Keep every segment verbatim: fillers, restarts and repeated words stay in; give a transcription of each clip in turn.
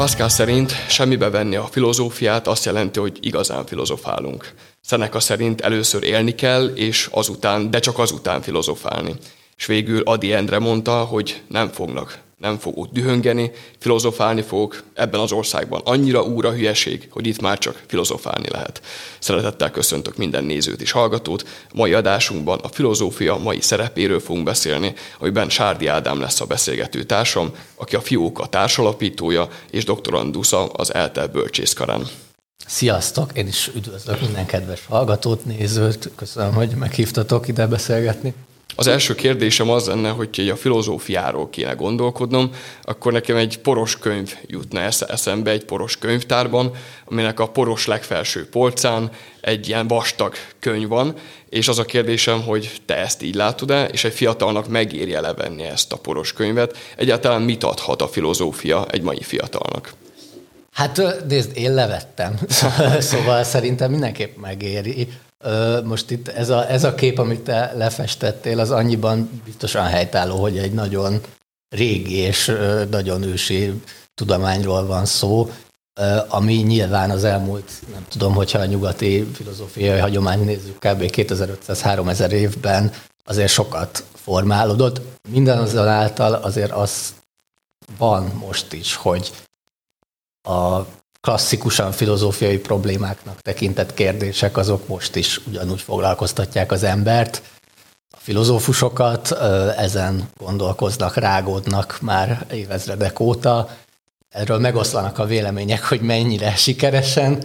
Pascal szerint semmibe venni a filozófiát azt jelenti, hogy igazán filozofálunk. Seneca szerint először élni kell, és azután, de csak azután filozofálni. És végül Ady Endre mondta, hogy nem fognak, nem fogok dühöngeni, filozofálni fogok, ebben az országban annyira úra hülyeség, hogy itt már csak filozofálni lehet. Szeretettel köszöntök minden nézőt és hallgatót. Mai adásunkban a filozófia mai szerepéről fogunk beszélni, amiben Sárdi Ádám lesz a beszélgető társam, aki a Fióka társalapítója és doktorandusza az ELTE bölcsészkarán. Sziasztok! Én is üdvözlök minden kedves hallgatót, nézőt. Köszönöm, hogy meghívtatok ide beszélgetni. Az első kérdésem az lenne, hogy a filozófiáról kéne gondolkodnom, akkor nekem egy poros könyv jutna eszembe egy poros könyvtárban, aminek a poros legfelső polcán egy ilyen vastag könyv van, és az a kérdésem, hogy te ezt így látod-e, és egy fiatalnak megéri-e levenni ezt a poros könyvet. Egyáltalán mit adhat a filozófia egy mai fiatalnak? Hát nézd, én levettem, szóval szerintem mindenképp megéri. Most itt ez a, ez a kép, amit te lefestettél, az annyiban biztosan helytálló, hogy egy nagyon régi és nagyon ősi tudományról van szó, ami nyilván az elmúlt, nem tudom, hogyha a nyugati filozófiai hagyományt nézzük, kb. kétezer-ötszáz-háromezer évben azért sokat formálódott. Mindazonáltal azért az van most is, hogy a klasszikusan filozófiai problémáknak tekintett kérdések, azok most is ugyanúgy foglalkoztatják az embert. A filozófusokat ezen gondolkoznak, rágódnak már évezredek óta. Erről megoszlanak a vélemények, hogy mennyire sikeresen.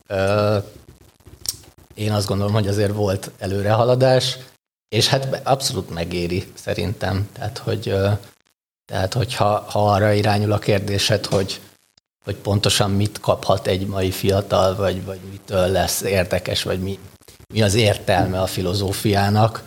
Én azt gondolom, hogy azért volt előrehaladás, és hát abszolút megéri szerintem. Tehát, hogy, tehát hogyha ha arra irányul a kérdésed, hogy hogy pontosan mit kaphat egy mai fiatal, vagy, vagy mitől lesz érdekes, vagy mi, mi az értelme a filozófiának,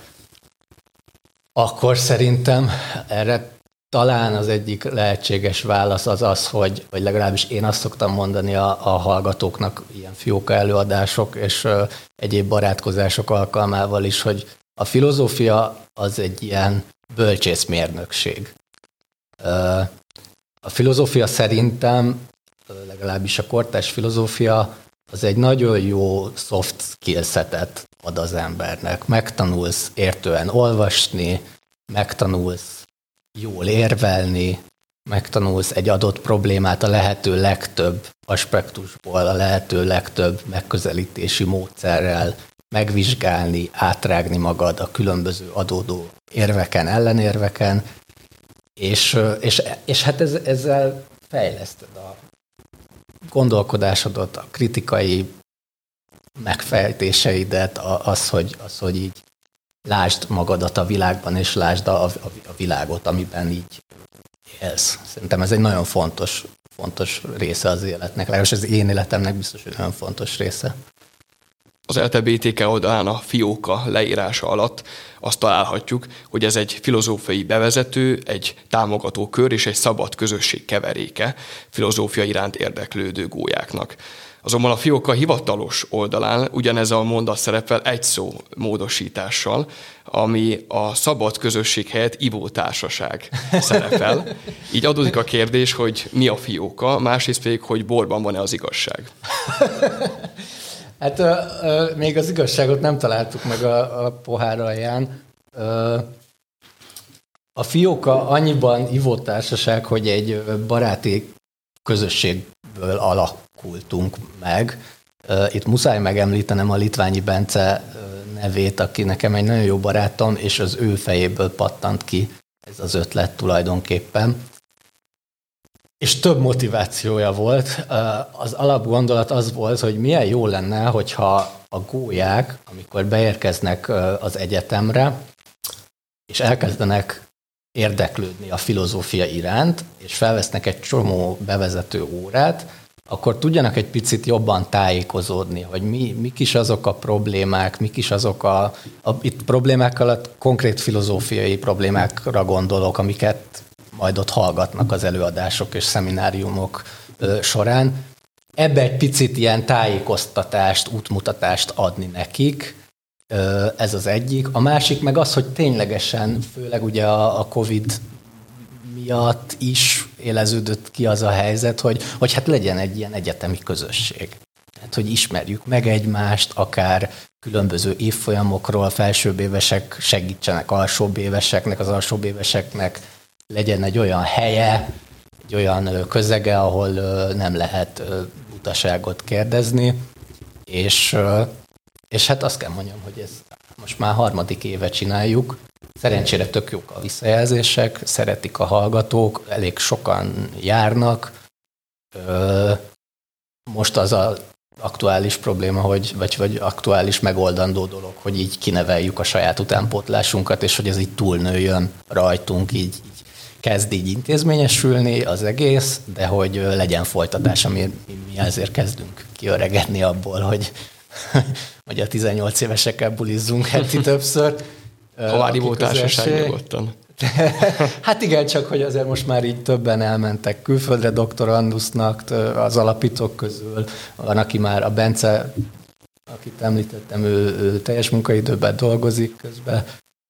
akkor szerintem erre talán az egyik lehetséges válasz az az, hogy, vagy legalábbis én azt szoktam mondani a, a hallgatóknak ilyen fióka előadások és uh, egyéb barátkozások alkalmával is, hogy a filozófia az egy ilyen bölcsészmérnökség. Uh, a filozófia szerintem legalábbis a kortárs filozófia, az egy nagyon jó soft skillsetet ad az embernek. Megtanulsz értően olvasni, megtanulsz jól érvelni, megtanulsz egy adott problémát a lehető legtöbb aspektusból, a lehető legtöbb megközelítési módszerrel megvizsgálni, átrágni magad a különböző adódó érveken, ellenérveken, és, és, és hát ez, ezzel fejleszted a gondolkodásodat, a kritikai megfejtéseidet, az, hogy, az, hogy így lásd magadat a világban, és lásd a, a, a világot, amiben így élsz. Szerintem ez egy nagyon fontos, fontos része az életnek, legalábbis az én életemnek biztos, hogy nagyon fontos része. Az ELTE bé té ká oldalán a Fióka leírása alatt azt találhatjuk, hogy ez egy filozófiai bevezető, egy támogató kör és egy szabad közösség keveréke filozófia iránt érdeklődő gólyáknak. Azonban a Fióka hivatalos oldalán ugyanez a mondat szerepel egy szó módosítással, ami a szabad közösség helyett ivótársaság szerepel. Így adódik a kérdés, hogy mi a Fióka, másrészt pedig, hogy borban van-e az igazság. Hát ö, ö, még az igazságot nem találtuk meg a, a pohár alján. Ö, a Fióka annyiban ivótársaság, hogy egy baráti közösségből alakultunk meg. Ö, itt muszáj megemlítenem a Litványi Bence nevét, aki nekem egy nagyon jó barátom, és az ő fejéből pattant ki ez az ötlet tulajdonképpen. És több motivációja volt. Az alapgondolat az volt, hogy milyen jó lenne, hogyha a gólyák, amikor beérkeznek az egyetemre, és elkezdenek érdeklődni a filozófia iránt, és felvesznek egy csomó bevezető órát, akkor tudjanak egy picit jobban tájékozódni, hogy mi, mik is azok a problémák, mik is azok a, a... Itt problémák alatt konkrét filozófiai problémákra gondolok, amiket majd ott hallgatnak az előadások és szemináriumok ö, során. Ebbe egy picit ilyen tájékoztatást, útmutatást adni nekik, ö, ez az egyik. A másik meg az, hogy ténylegesen, főleg ugye a, a Covid miatt is, éleződött ki az a helyzet, hogy, hogy hát legyen egy ilyen egyetemi közösség. Tehát, hogy ismerjük meg egymást, akár különböző évfolyamokról, felsőbbévesek segítsenek alsóbbéveseknek, az alsóbbéveseknek legyen egy olyan helye, egy olyan közege, ahol nem lehet butaságot kérdezni, és, és hát azt kell mondjam, hogy ez most már harmadik éve csináljuk. Szerencsére tök jók a visszajelzések, szeretik a hallgatók, elég sokan járnak. Most az az aktuális probléma, hogy, vagy, vagy aktuális megoldandó dolog, hogy így kineveljük a saját utánpótlásunkat, és hogy ez így túlnőjön rajtunk, így, így kezd így intézményesülni az egész, de hogy legyen folytatás, ami mi ezért kezdünk kiöregedni abból, hogy, hogy a tizennyolc évesekkel bulizzunk heti többször. Havári volt társaság nyugodtan. Hát igen, csak hogy azért most már így többen elmentek külföldre doktorandusznak az alapítók közül. Van, aki már a Bence, akit említettem, ő, ő teljes munkaidőben dolgozik közben.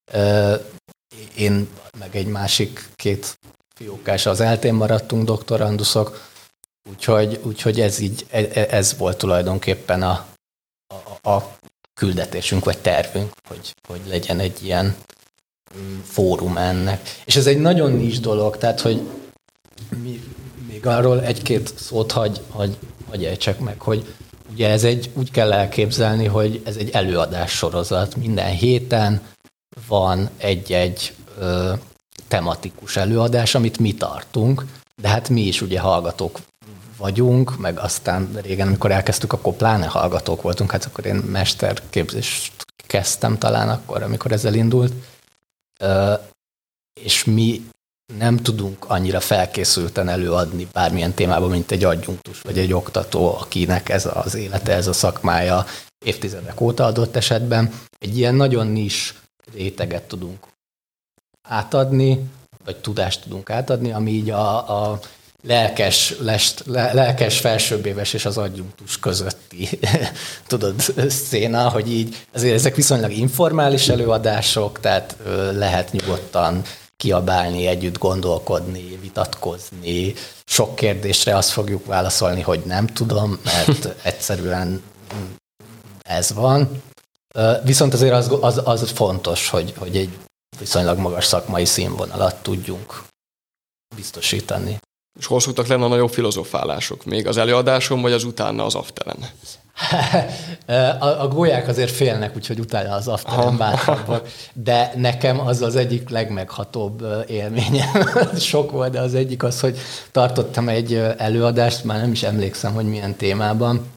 Én meg egy másik két fiókás az eltén maradtunk doktoranduszok, úgyhogy, úgyhogy ez így, ez volt tulajdonképpen a, a, a küldetésünk, vagy tervünk, hogy, hogy legyen egy ilyen fórum ennek. És ez egy nagyon nincs dolog, tehát, hogy mi, még arról egy-két szót hagy, hagy, hagy ejtsek meg, hogy ugye ez egy, úgy kell elképzelni, hogy ez egy előadás sorozat. Minden héten van egy-egy ö, tematikus előadás, amit mi tartunk, de hát mi is ugye hallgatók vagyunk, meg aztán régen, amikor elkezdtük, akkor pláne hallgatók voltunk, hát akkor én mesterképzést kezdtem talán akkor, amikor ez elindult, ö, és mi nem tudunk annyira felkészülten előadni bármilyen témában, mint egy adjunktus, vagy egy oktató, akinek ez az élete, ez a szakmája évtizedek óta adott esetben. Egy ilyen nagyon nis réteget tudunk átadni, vagy tudást tudunk átadni, ami így a, a lelkes, lest, le, lelkes felsőbbéves és az adjunktus közötti tudod, széna, hogy így azért ezek viszonylag informális előadások, tehát lehet nyugodtan kiabálni, együtt gondolkodni, vitatkozni. Sok kérdésre azt fogjuk válaszolni, hogy nem tudom, mert egyszerűen ez van. Viszont azért az, az, az fontos, hogy, hogy egy viszonylag magas szakmai színvonalat tudjunk biztosítani. És hol szoktak lenni a nagyobb filozofálások? Még az előadáson, vagy az utána az afteren? a, a gólyák azért félnek, úgyhogy utána az afteren bátrabbak. De nekem az az egyik legmeghatóbb élményem. Sok volt, de az egyik az, hogy tartottam egy előadást, már nem is emlékszem, hogy milyen témában,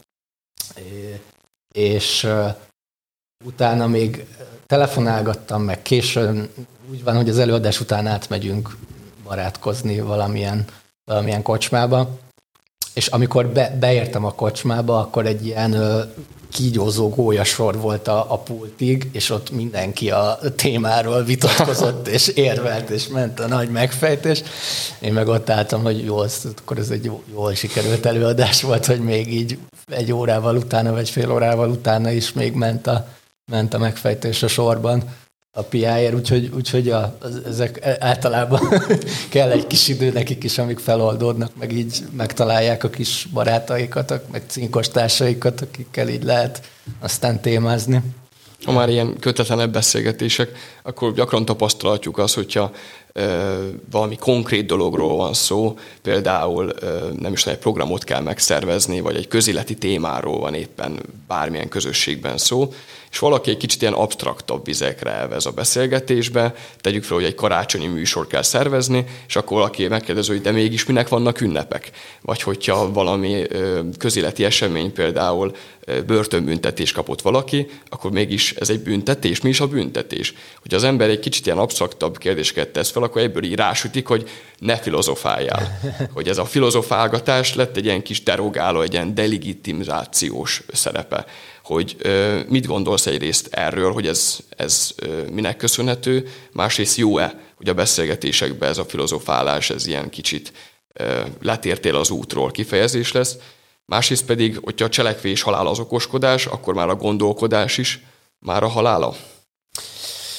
és utána még telefonálgattam, meg későn úgy van, hogy az előadás után átmegyünk barátkozni valamilyen, valamilyen kocsmába, és amikor be, beértem a kocsmába, akkor egy ilyen ö, kígyózó gólyasor volt a, a pultig, és ott mindenki a témáról vitatkozott, és érvelt, és ment a nagy megfejtés. Én meg ott álltam, hogy jó, akkor ez egy jó, jól sikerült előadás volt, hogy még így egy órával utána, vagy fél órával utána is még ment a, ment a megfejtés a sorban a piáért, úgyhogy, úgyhogy a, ezek általában kell egy kis idő nekik is, amíg feloldódnak, meg így megtalálják a kis barátaikat, meg cinkos társaikat, akikkel így lehet aztán témázni. Ha már ilyen kötetlenebb beszélgetések, akkor gyakran tapasztalatjuk azt, hogyha e, valami konkrét dologról van szó, például e, nem is egy programot kell megszervezni, vagy egy közéleti témáról van éppen bármilyen közösségben szó, és valaki egy kicsit ilyen absztraktabb vizekre elvez a beszélgetésbe, tegyük fel, hogy egy karácsonyi műsor kell szervezni, és akkor valaki megkérdezi, hogy de mégis minek vannak ünnepek? Vagy hogyha valami közéleti esemény, például börtönbüntetés kapott valaki, akkor mégis ez egy büntetés. Mi is a büntetés? Hogy az ember egy kicsit ilyen absztraktabb kérdéseket tesz fel, akkor egyből így rásütik, hogy ne filozofáljál. Hogy ez a filozofálgatás lett egy ilyen kis derogáló, egy ilyen delegitimizációs szerepe. Hogy ö, mit gondolsz egyrészt erről, hogy ez, ez ö, minek köszönhető, másrészt jó-e, hogy a beszélgetésekben ez a filozofálás, ez ilyen kicsit ö, letértél az útról kifejezés lesz, másrészt pedig, hogyha a cselekvés halál az okoskodás, akkor már a gondolkodás is már a halála?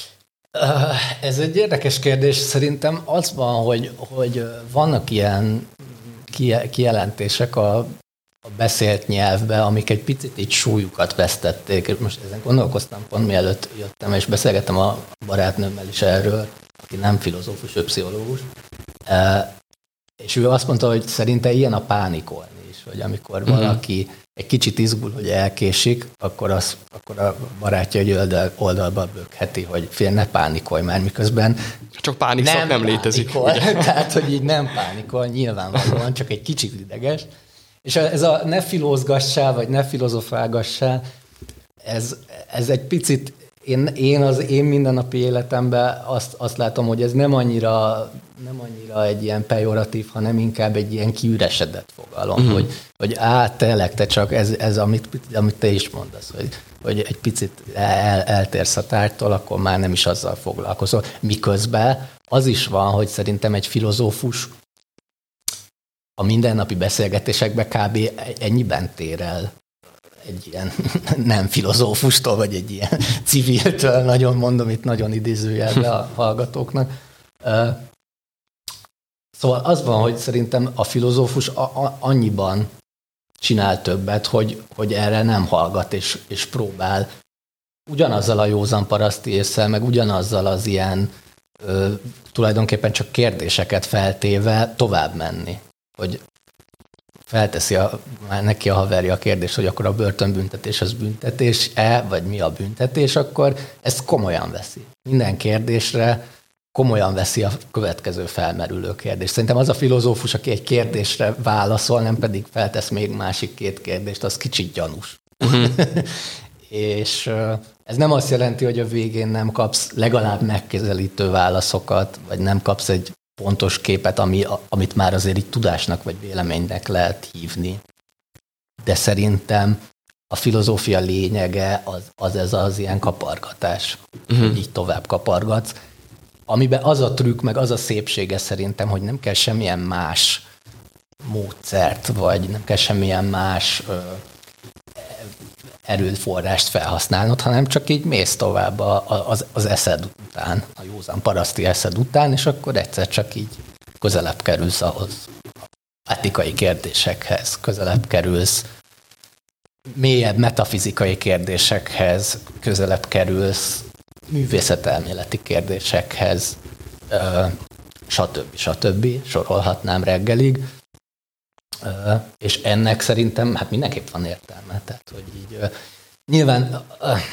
Ez egy érdekes kérdés. Szerintem az van, hogy, hogy vannak ilyen kijelentések a, a beszélt nyelvbe, amik egy picit így súlyukat vesztették. Most ezen gondolkoztam pont mielőtt jöttem, és beszélgettem a barátnőmmel is erről, aki nem filozófus, ő pszichológus. És ő azt mondta, hogy szerinte ilyen a pánikolni is, hogy amikor uh-huh. valaki egy kicsit izgul, hogy elkésik, akkor, az, akkor a barátja egy oldal, oldalba bökheti, hogy fél, ne pánikolj már, miközben csak pánikszak nem, nem létezik. Tehát, hogy így nem pánikol, nyilvánvalóan, csak egy kicsit ideges. És ez a ne filózgassál, vagy ne filozofálgassál, ez, ez egy picit, én, én az én mindennapi életemben azt, azt látom, hogy ez nem annyira, nem annyira egy ilyen pejoratív, hanem inkább egy ilyen kiüresedett fogalom, uh-huh. hogy, hogy á, tényleg, te csak ez, ez amit, amit te is mondasz, hogy, hogy egy picit el, eltérsz a tárgytól, akkor már nem is azzal foglalkozol. Miközben az is van, hogy szerintem egy filozófus a mindennapi beszélgetésekben kb. Ennyiben tér el egy ilyen nem filozófustól, vagy egy ilyen civiltől, nagyon mondom itt nagyon idézőjelbe a hallgatóknak. Szóval az van, hogy szerintem a filozófus a, a, annyiban csinál többet, hogy, hogy erre nem hallgat, és, és próbál ugyanazzal a józan paraszti ésszel, meg ugyanazzal az ilyen ö, tulajdonképpen csak kérdéseket feltéve tovább menni. Hogy felteszi a, már neki a haverja a kérdést, hogy akkor a börtönbüntetés az büntetés-e, vagy mi a büntetés, akkor ezt komolyan veszi. Minden kérdésre komolyan veszi a következő felmerülő kérdést. Szerintem az a filozófus, aki egy kérdésre válaszol, nem pedig feltesz még másik két kérdést, az kicsit gyanús. Uh-huh. És ez nem azt jelenti, hogy a végén nem kapsz legalább megközelítő válaszokat, vagy nem kapsz egy pontos képet, ami, amit már azért így tudásnak vagy véleménynek lehet hívni. De szerintem a filozófia lényege az, az ez az ilyen kapargatás, uh-huh. hogy így tovább kapargatsz, amiben az a trükk, meg az a szépsége szerintem, hogy nem kell semmilyen más módszert, vagy nem kell semmilyen más ö, erőforrást felhasználnod, hanem csak így mész tovább a, a, az, az eszed után, a józan paraszti eszed után, és akkor egyszer csak így közelebb kerülsz ahhoz etikai kérdésekhez, közelebb kerülsz mélyebb metafizikai kérdésekhez, közelebb kerülsz művészetelméleti kérdésekhez, stb. stb. Sorolhatnám reggelig. És ennek szerintem hát mindenképp van értelme. Tehát, hogy így, nyilván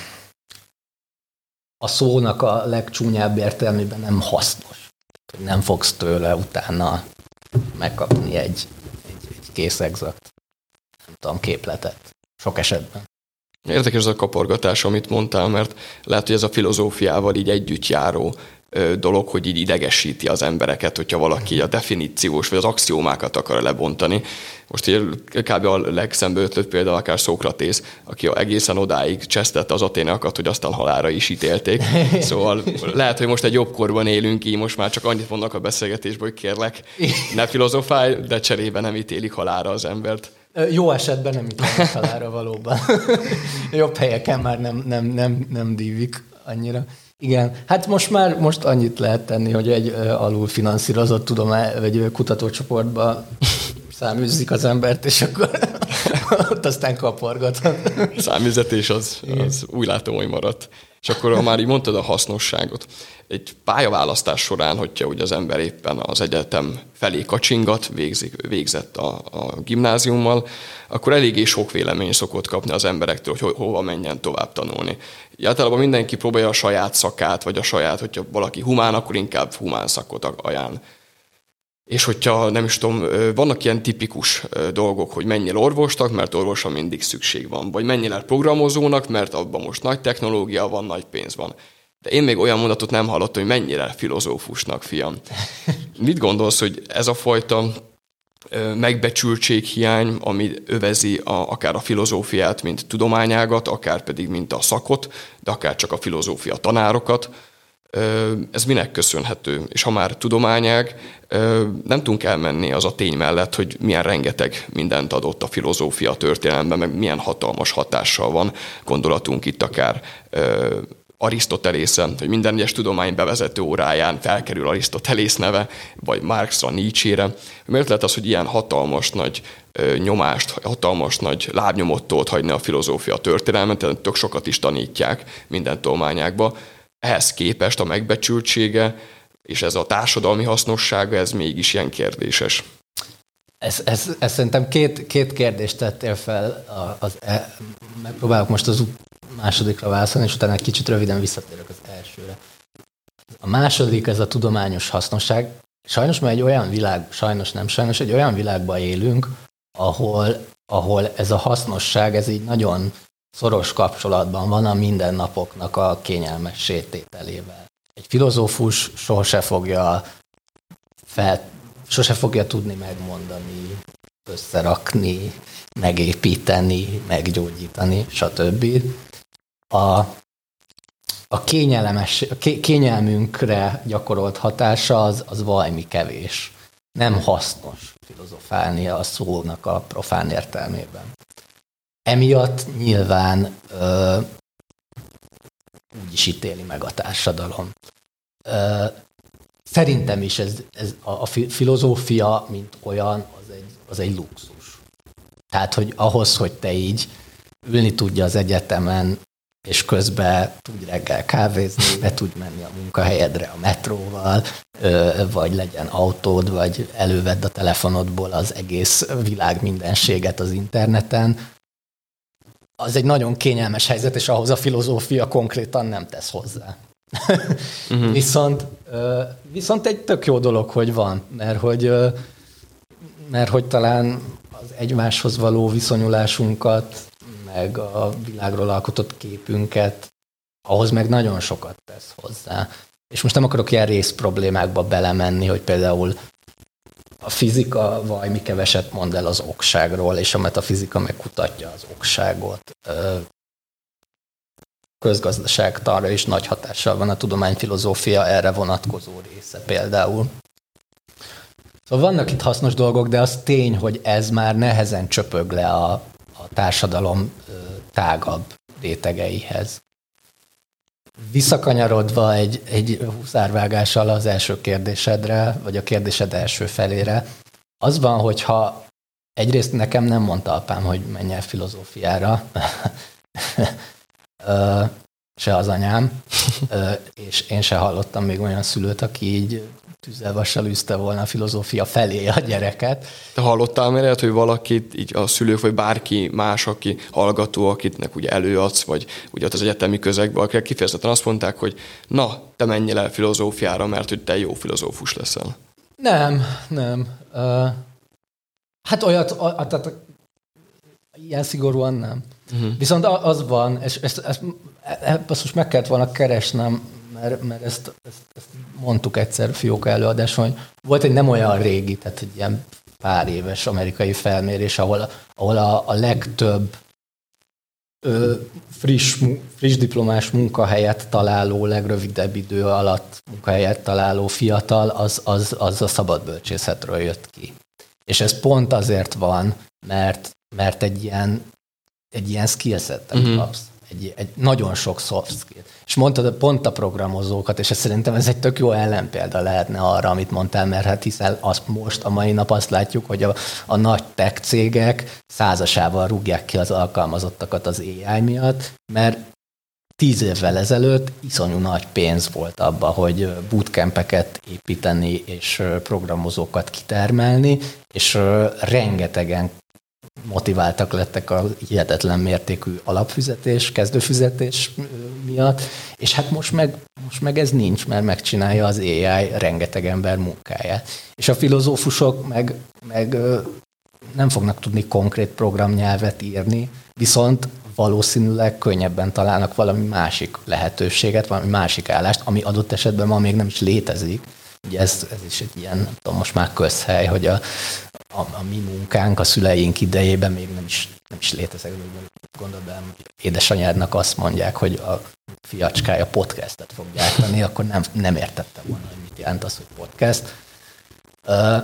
a szónak a legcsúnyább értelmében nem hasznos. Nem fogsz tőle utána megkapni egy, egy, egy kész exakt, nem tudom, képletet. Sok esetben. Érdekes az a kapargatás, amit mondtál, mert lehet, hogy ez a filozófiával így együtt járó dolog, hogy így idegesíti az embereket, hogyha valaki a definíciós vagy az axiómákat akar lebontani. Most így kb. A legszembe ötlött például akár Szókratész, aki egészen odáig csesztette az aténeakat, hogy aztán halálra is ítélték. Szóval lehet, hogy most egy jobb korban élünk így, most már csak annyit mondnak a beszélgetésből, hogy kérlek, ne filozofálj, de cserébe nem ítélik halálra az embert. Jó esetben nem ítélik halálra valóban. Jobb helyeken már nem, nem, nem, nem dívik annyira. Igen, hát most már most annyit lehet tenni, hogy egy alul finanszírozott tudomány, vagy kutatócsoportba száműzik az embert, és akkor ott aztán kapargathat. Száműzetés az, az úgy látom, hogy maradt. És akkor, ha már így mondtad a hasznosságot, egy pályaválasztás során, hogyha ugye az ember éppen az egyetem felé kacsingat, végzik, végzett a, a gimnáziummal, akkor eléggé sok vélemény szokott kapni az emberektől, hogy ho, hova menjen tovább tanulni. Általában mindenki próbálja a saját szakát, vagy a saját, hogyha valaki humán, akkor inkább humán szakot ajánl. És hogyha nem is tudom, vannak ilyen tipikus dolgok, hogy menjél orvosnak, mert orvosra mindig szükség van, vagy menjél el programozónak, mert abban most nagy technológia van, nagy pénz van. De én még olyan mondatot nem hallottam, hogy menjél filozófusnak, fiam. Mit gondolsz, hogy ez a fajta megbecsültséghiány, ami övezi a, akár a filozófiát, mint tudományágat, akár pedig mint a szakot, de akár csak a filozófia tanárokat, ez minek köszönhető? És ha már tudományág, nem tudunk elmenni az a tény mellett, hogy milyen rengeteg mindent adott a filozófia történelemben, meg milyen hatalmas hatással van, gondolatunk itt akár Arisztotelészen, hogy minden egyes tudomány bevezető óráján felkerül Arisztotelész neve, vagy Marxra, Nietzsére. Miért lehet az, hogy ilyen hatalmas nagy ö, nyomást, hatalmas nagy lábnyomot tolt hagyni a filozófia történelmet, tehát tök sokat is tanítják minden tanulmányákba. Ehhez képest a megbecsültsége és ez a társadalmi hasznossága, ez mégis ilyen kérdéses. Ez, ez, ez szerintem két, két kérdést tettél fel, az, e, megpróbálok most az másodikra válaszolni, és utána egy kicsit röviden visszatérök az elsőre. A második, ez a tudományos hasznosság. Sajnos már egy olyan világ, sajnos nem sajnos, egy olyan világban élünk, ahol, ahol ez a hasznosság, ez így nagyon szoros kapcsolatban van a mindennapoknak a kényelmes sétételével. Egy filozófus sose fogja fel, sose fogja tudni megmondani, összerakni, megépíteni, meggyógyítani, stb. A, a, kényelmes, a kényelmünkre gyakorolt hatása az, az valami kevés. Nem hasznos filozofálni a szónak a profán értelmében. Emiatt nyilván ö, úgy is ítéli meg a társadalom. Ö, szerintem is ez, ez a, a filozófia, mint olyan, az egy, az egy luxus. Tehát, hogy ahhoz, hogy te így ülni tudja az egyetemen, és közben tudj reggel kávézni, be tudj menni a munkahelyedre a metróval, vagy legyen autód, vagy elővedd a telefonodból az egész világ mindenséget az interneten. Az egy nagyon kényelmes helyzet, és ahhoz a filozófia konkrétan nem tesz hozzá. uh-huh. viszont, viszont egy tök jó dolog, hogy van, mert hogy, mert hogy talán az egymáshoz való viszonyulásunkat, meg a világról alkotott képünket, ahhoz meg nagyon sokat tesz hozzá. És most nem akarok ilyen rész problémákba belemenni, hogy például a fizika valami keveset mond el az okságról, és a metafizika megkutatja az okságot. Közgazdaságtanra is nagy hatással van a tudományfilozófia erre vonatkozó része például. Szóval vannak itt hasznos dolgok, de az tény, hogy ez már nehezen csöpög le a, a társadalom tágabb rétegeihez. Visszakanyarodva egy, egy huszárvágással az első kérdésedre, vagy a kérdésed első felére, az van, hogyha egyrészt nekem nem mondta apám, hogy menj el filozófiára, se az anyám, és én se hallottam még olyan szülőt, aki így tűzzelvassal űzte volna a filozófia felé a gyereket. Te hallottál már lehet, hogy valakit, így a szülők, vagy bárki más, aki hallgató, akitnek ugye előadsz, vagy ugye ott az egyetemi közegben, akik kifejezetten azt mondták, hogy na, te menjél el filozófiára, mert hogy te jó filozófus leszel. Nem, nem. Uh, hát olyat, a, tehát ilyen szigorúan nem. Uh-huh. Viszont az van, és ezt, ezt, ezt most meg kellett volna keresnem, mert, mert ezt, ezt, ezt mondtuk egyszer Fióka előadáson, hogy volt egy nem olyan régi, tehát egy ilyen pár éves amerikai felmérés, ahol, ahol a, a legtöbb ö, friss, friss diplomás munkahelyet találó, legrövidebb idő alatt munkahelyet találó fiatal, az, az, az a szabadbölcsészetről jött ki. És ez pont azért van, mert, mert egy ilyen egy ilyen skillsetet uh-huh. kapsz. Egy, egy nagyon sok soft skill. És mondtad pont a programozókat, és szerintem ez egy tök jó ellenpélda lehetne arra, amit mondtál, mert hát hiszen azt most, a mai nap azt látjuk, hogy a, a nagy tech cégek százasával rúgják ki az alkalmazottakat az á i miatt, mert tíz évvel ezelőtt iszonyú nagy pénz volt abba, hogy bootcampeket építeni, és programozókat kitermelni, és rengetegen motiváltak lettek a hihetetlen mértékű alapfizetés, kezdőfizetés miatt, és hát most meg, most meg ez nincs, mert megcsinálja az á i rengeteg ember munkáját. És a filozófusok meg, meg nem fognak tudni konkrét programnyelvet írni, viszont valószínűleg könnyebben találnak valami másik lehetőséget, valami másik állást, ami adott esetben ma még nem is létezik. Ugye ez, ez is egy ilyen, nem tudom, most már közhely, hogy a, a, a mi munkánk a szüleink idejében még nem is, nem is létezik. Gondold be, édesanyádnak azt mondják, hogy a fiacskája podcastet fog gyártani, akkor nem, nem értette volna, hogy mit jelent az, hogy podcast. Uh,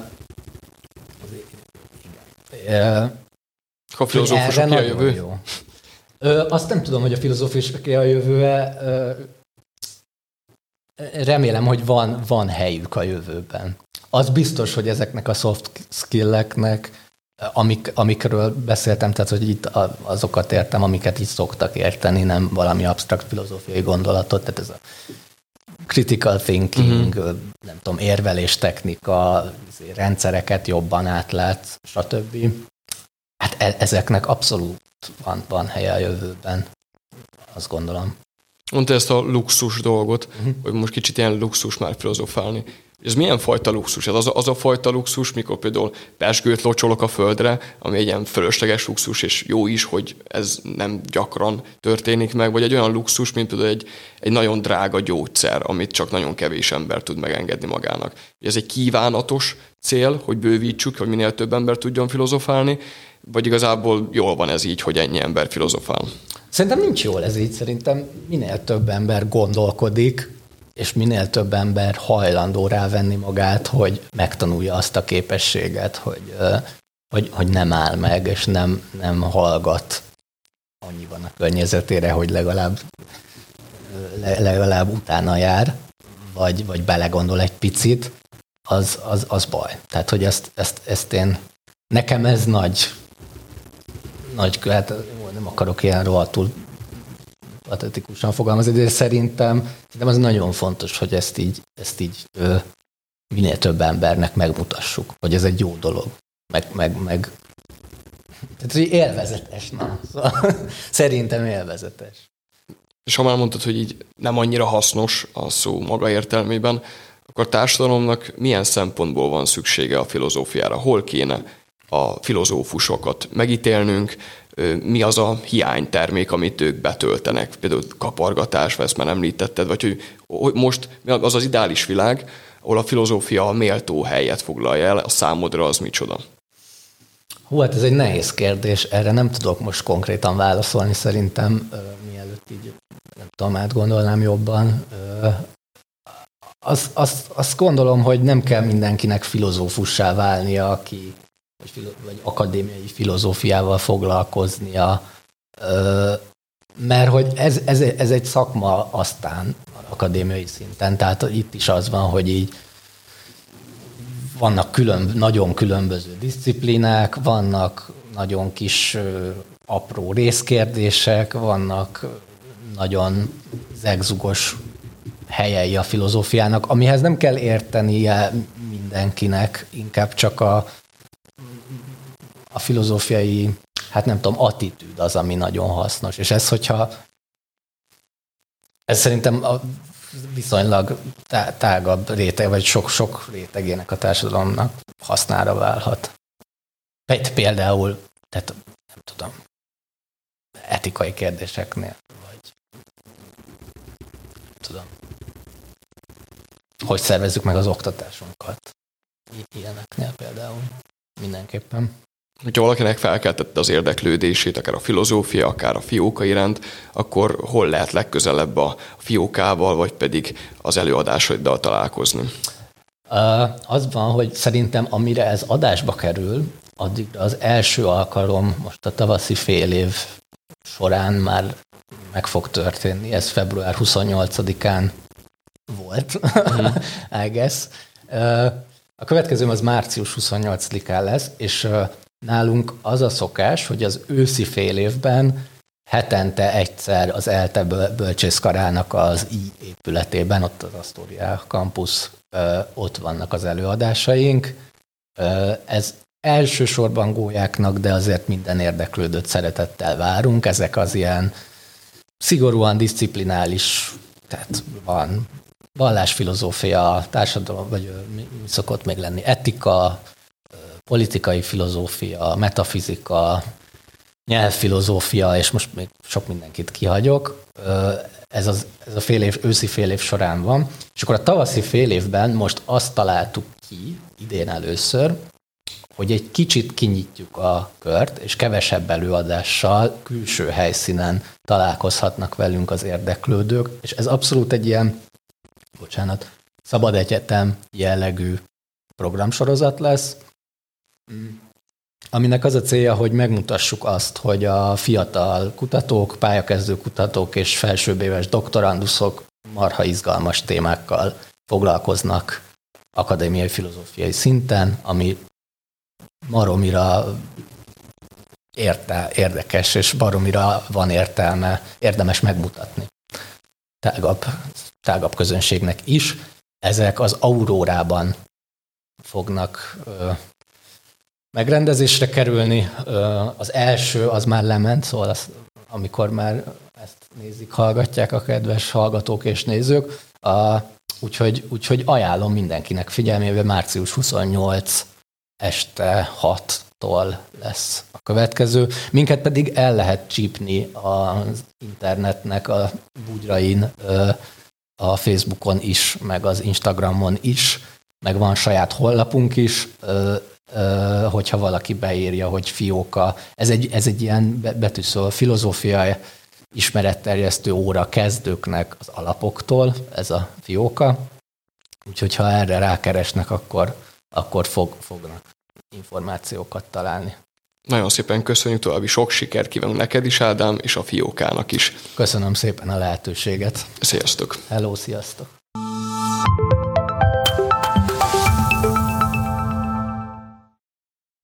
igen. A filozófusok a jövő? Jó. Ö, azt nem tudom, hogy a filozófusok a jövője. Ö, remélem, hogy van, van helyük a jövőben. Az biztos, hogy ezeknek a soft skill-eknek, amik, amikről beszéltem, tehát hogy itt azokat értem, amiket így szoktak érteni, nem valami absztrakt filozófiai gondolatot, tehát ez a critical thinking, uh-huh. nem tudom, érvelés technika, rendszereket jobban átlát, stb. Hát e- ezeknek abszolút van, van helye a jövőben, azt gondolom. Mondta ezt a luxus dolgot, uh-huh. hogy most kicsit ilyen luxus már filozofálni. Ez milyen fajta luxus? Ez az a, az a fajta luxus, mikor például pezsgőt locsolok a földre, ami egy ilyen fölösleges luxus, és jó is, hogy ez nem gyakran történik meg, vagy egy olyan luxus, mint például egy, egy nagyon drága gyógyszer, amit csak nagyon kevés ember tud megengedni magának. Ez egy kívánatos cél, hogy bővítsük, hogy minél több ember tudjon filozofálni, vagy igazából jól van ez így, hogy ennyi ember filozofál? Szerintem nincs jól ez így. Szerintem minél több ember gondolkodik, és minél több ember hajlandó rávenni magát, hogy megtanulja azt a képességet, hogy, hogy, hogy nem áll meg, és nem, nem hallgat annyi van a környezetére, hogy legalább, legalább utána jár, vagy, vagy belegondol egy picit, az, az, az baj. Tehát, hogy ezt, ezt, ezt én, nekem ez nagy, nagy, hát nem akarok ilyen rohadtul patetikusan fogalmazni, de szerintem, szerintem az nagyon fontos, hogy ezt így, ezt így ö, minél több embernek megmutassuk, hogy ez egy jó dolog, meg, meg, meg tehát élvezetes, na. Szóval, szerintem élvezetes. És ha már mondtad, hogy így nem annyira hasznos a szó maga értelmében, akkor a társadalomnak milyen szempontból van szüksége a filozófiára? Hol kéne a filozófusokat megítélnünk? Mi az a hiánytermék, amit ők betöltenek? Például kapargatás, vagy ezt már említetted, vagy hogy most az az ideális világ, ahol a filozófia a méltó helyet foglalja el, a számodra az micsoda? Hú, hát ez egy nehéz kérdés, erre nem tudok most konkrétan válaszolni, szerintem mielőtt így nem tudom, átgondolnám jobban. Azt, azt, azt gondolom, hogy nem kell mindenkinek filozófussá válnia, aki vagy, vagy akadémiai filozófiával foglalkoznia, mert hogy ez, ez, ez egy szakma aztán akadémiai szinten, tehát itt is az van, hogy így vannak külön, nagyon különböző diszciplínák, vannak nagyon kis apró részkérdések, vannak nagyon zegzugos helyei a filozófiának, amihez nem kell értenie mindenkinek, inkább csak a a filozófiai, hát nem tudom, attitűd az, ami nagyon hasznos. És ez, hogyha ez szerintem a viszonylag tágabb réteg, vagy sok-sok rétegének a társadalomnak hasznára válhat. Például, tehát nem tudom, etikai kérdéseknél, vagy nem tudom, hogy szervezzük meg az oktatásunkat. Ilyeneknél például mindenképpen. Hogyha valakinek felkeltette az érdeklődését, akár a filozófia, akár a fióka iránt, akkor hol lehet legközelebb a fiókával, vagy pedig az előadásaiddal találkozni? Az van, hogy szerintem amire ez adásba kerül, addig az első alkalom most a tavaszi fél év során már meg fog történni. Ez február huszonnyolcadikán volt, mm. I guess. A következőm az március huszonnyolcadikán lesz, és nálunk az a szokás, hogy az őszi fél évben hetente egyszer az ELTE bölcsészkarának az I épületében, ott az Astoria Campus, ott vannak az előadásaink. Ez elsősorban gólyáknak, de azért minden érdeklődőt szeretettel várunk. Ezek az ilyen szigorúan diszciplinális, tehát van vallásfilozófia, társadalom, vagy mi szokott még lenni, etika, politikai filozófia, metafizika, nyelvfilozófia, és most még sok mindenkit kihagyok. Ez, az, ez a fél év, őszi fél év során van. És akkor a tavaszi fél évben most azt találtuk ki, idén először, hogy egy kicsit kinyitjuk a kört, és kevesebb előadással, külső helyszínen találkozhatnak velünk az érdeklődők, és ez abszolút egy ilyen, bocsánat, szabad egyetem jellegű programsorozat lesz, aminek az a célja, hogy megmutassuk azt, hogy a fiatal kutatók, pályakezdő kutatók és felsőbb éves doktoranduszok marha izgalmas témákkal foglalkoznak akadémiai filozófiai szinten, ami baromira érte, érdekes, és baromira van értelme, érdemes megmutatni tágabb, tágabb közönségnek is. Ezek az Aurórában fognak ö, megrendezésre kerülni. Ö, az első az már lement, szóval az, amikor már ezt nézik, hallgatják a kedves hallgatók és nézők. A, úgyhogy, úgyhogy ajánlom mindenkinek figyelmébe, március huszonnyolc este hattól lesz a következő. Minket pedig el lehet csípni az internetnek a bugyrain, a Facebookon is, meg az Instagramon is, meg van saját honlapunk is, hogyha valaki beírja, hogy fióka. Ez egy, ez egy ilyen betűszó filozófiai ismeretterjesztő óra kezdőknek az alapoktól, ez a fióka. Úgyhogy ha erre rákeresnek, akkor, akkor fog, fognak információkat találni. Nagyon szépen köszönjük, további sok sikert kívánunk neked is, Ádám, és a fiókának is. Köszönöm szépen a lehetőséget. Sziasztok! Hello, sziasztok!